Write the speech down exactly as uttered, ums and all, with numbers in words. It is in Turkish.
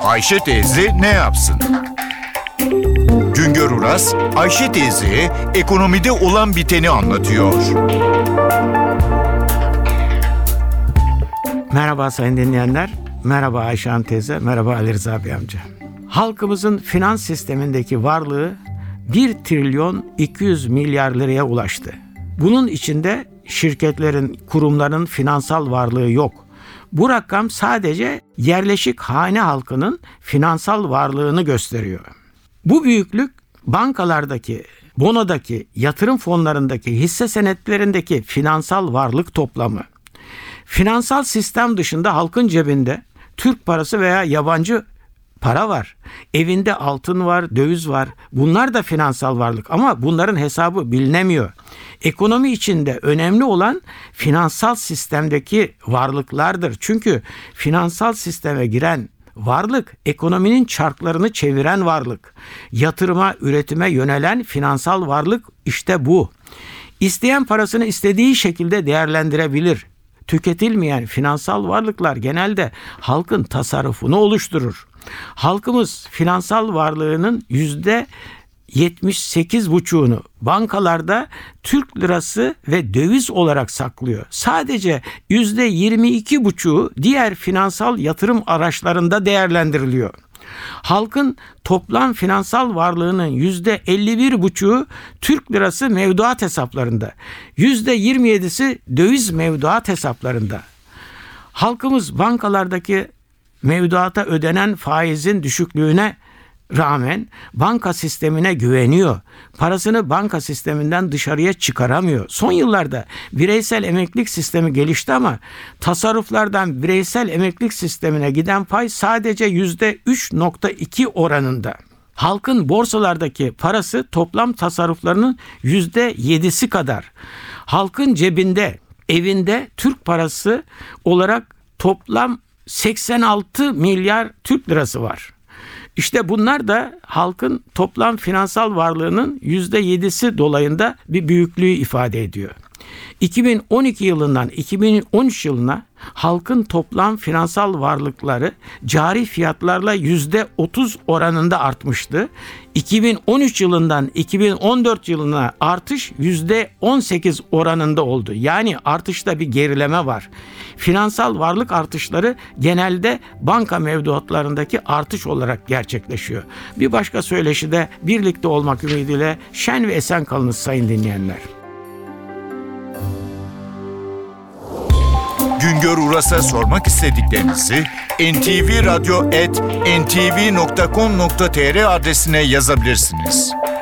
Ayşe teyze ne yapsın? Güngör Uras, Ayşe teyzeye ekonomide olan biteni anlatıyor. Merhaba sayın dinleyenler, merhaba Ayşe Hanım teyze, merhaba Ali Rıza Bey amca. Halkımızın finans sistemindeki varlığı bir trilyon iki yüz milyar liraya ulaştı. Bunun içinde şirketlerin, kurumların finansal varlığı yok. Bu rakam sadece yerleşik hane halkının finansal varlığını gösteriyor. Bu büyüklük bankalardaki, bonodaki, yatırım fonlarındaki, hisse senetlerindeki finansal varlık toplamı. Finansal sistem dışında halkın cebinde Türk parası veya yabancı para var. Evinde altın var, döviz var. Bunlar da finansal varlık ama bunların hesabı bilinemiyor. Ekonomi içinde önemli olan finansal sistemdeki varlıklardır. Çünkü finansal sisteme giren varlık, ekonominin çarklarını çeviren varlık. Yatırıma, üretime yönelen finansal varlık işte bu. İsteyen parasını istediği şekilde değerlendirebilir. Tüketilmeyen finansal varlıklar genelde halkın tasarrufunu oluşturur. Halkımız finansal varlığının yüzde yetmiş sekiz buçuğunu bankalarda Türk lirası ve döviz olarak saklıyor. Sadece yüzde yirmi iki buçuğu diğer finansal yatırım araçlarında değerlendiriliyor. Halkın toplam finansal varlığının yüzde elli bir buçuğu Türk lirası mevduat hesaplarında, yüzde yirmi yedisi döviz mevduat hesaplarında. Halkımız bankalardaki mevduata ödenen faizin düşüklüğüne rağmen banka sistemine güveniyor. Parasını banka sisteminden dışarıya çıkaramıyor. Son yıllarda bireysel emeklilik sistemi gelişti ama tasarruflardan bireysel emeklilik sistemine giden pay sadece yüzde üç virgül iki oranında. Halkın borsalardaki parası toplam tasarruflarının yüzde yedisi kadar. Halkın cebinde, evinde Türk parası olarak toplam seksen altı milyar Türk lirası var. İşte bunlar da halkın toplam finansal varlığının yüzde yedisi dolayında bir büyüklüğü ifade ediyor. iki bin on iki yılından iki bin on üç yılına halkın toplam finansal varlıkları cari fiyatlarla yüzde otuz oranında artmıştı. iki bin on üç yılından iki bin on dört yılına artış yüzde on sekiz oranında oldu. Yani artışta bir gerileme var. Finansal varlık artışları genelde banka mevduatlarındaki artış olarak gerçekleşiyor. Bir başka söyleşide birlikte olmak ümidiyle şen ve esen kalınız sayın dinleyenler. Güngör Uras'a sormak istediklerinizi en ti vi radyo at en ti vi nokta com nokta tr adresine yazabilirsiniz.